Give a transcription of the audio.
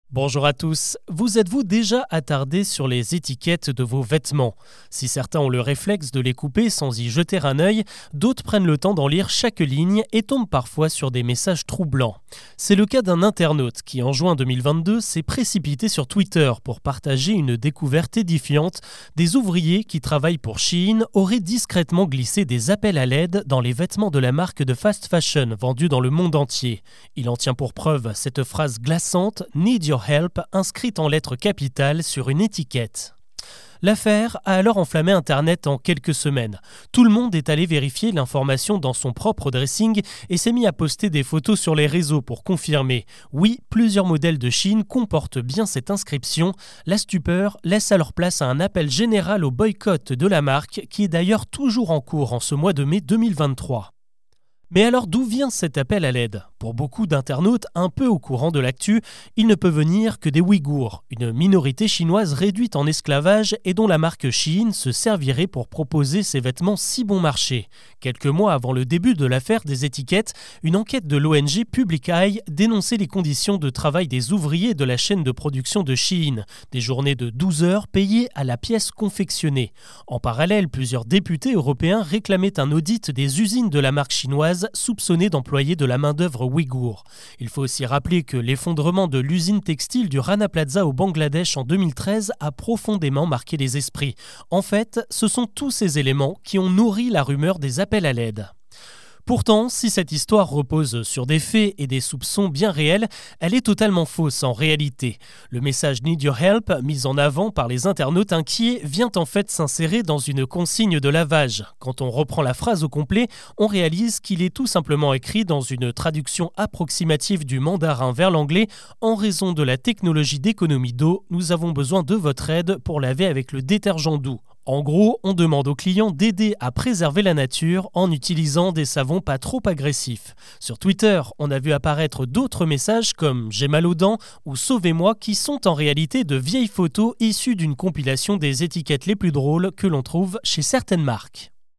Bonjour à tous, vous êtes-vous déjà attardé sur les étiquettes de vos vêtements? Si certains ont le réflexe de les couper sans y jeter un œil, d'autres prennent le temps d'en lire chaque ligne et tombent parfois sur des messages troublants. C'est le cas d'un internaute qui en juin 2022 s'est précipité sur Twitter pour partager une découverte édifiante. Des ouvriers qui travaillent pour Shein auraient discrètement glissé des appels à l'aide dans les vêtements de la marque de fast fashion vendue dans le monde entier. Il en tient pour preuve cette phrase glaçante « Need your help » inscrite en lettres capitales sur une étiquette. L'affaire a alors enflammé Internet en quelques semaines. Tout le monde est allé vérifier l'information dans son propre dressing et s'est mis à poster des photos sur les réseaux pour confirmer. Oui, plusieurs modèles de Shein comportent bien cette inscription. La stupeur laisse alors place à un appel général au boycott de la marque qui est d'ailleurs toujours en cours en ce mois de mai 2023. Mais alors d'où vient cet appel à l'aide? Pour beaucoup d'internautes un peu au courant de l'actu, il ne peut venir que des Ouïghours, une minorité chinoise réduite en esclavage et dont la marque Shein se servirait pour proposer ses vêtements si bon marché. Quelques mois avant le début de l'affaire des étiquettes, une enquête de l'ONG Public Eye dénonçait les conditions de travail des ouvriers de la chaîne de production de Shein, des journées de 12 heures payées à la pièce confectionnée. En parallèle, plusieurs députés européens réclamaient un audit des usines de la marque chinoise soupçonnée d'employer de la main-d'œuvre ouïghour. Il faut aussi rappeler que l'effondrement de l'usine textile du Rana Plaza au Bangladesh en 2013 a profondément marqué les esprits. En fait, ce sont tous ces éléments qui ont nourri la rumeur des appels à l'aide. Pourtant, si cette histoire repose sur des faits et des soupçons bien réels, elle est totalement fausse en réalité. Le message « Need your help » mis en avant par les internautes inquiets vient en fait s'insérer dans une consigne de lavage. Quand on reprend la phrase au complet, on réalise qu'il est tout simplement écrit dans une traduction approximative du mandarin vers l'anglais. En raison de la technologie d'économie d'eau, nous avons besoin de votre aide pour laver avec le détergent doux. En gros, on demande aux clients d'aider à préserver la nature en utilisant des savons pas trop agressifs. Sur Twitter, on a vu apparaître d'autres messages comme « J'ai mal aux dents » ou « Sauvez-moi » qui sont en réalité de vieilles photos issues d'une compilation des étiquettes les plus drôles que l'on trouve chez certaines marques.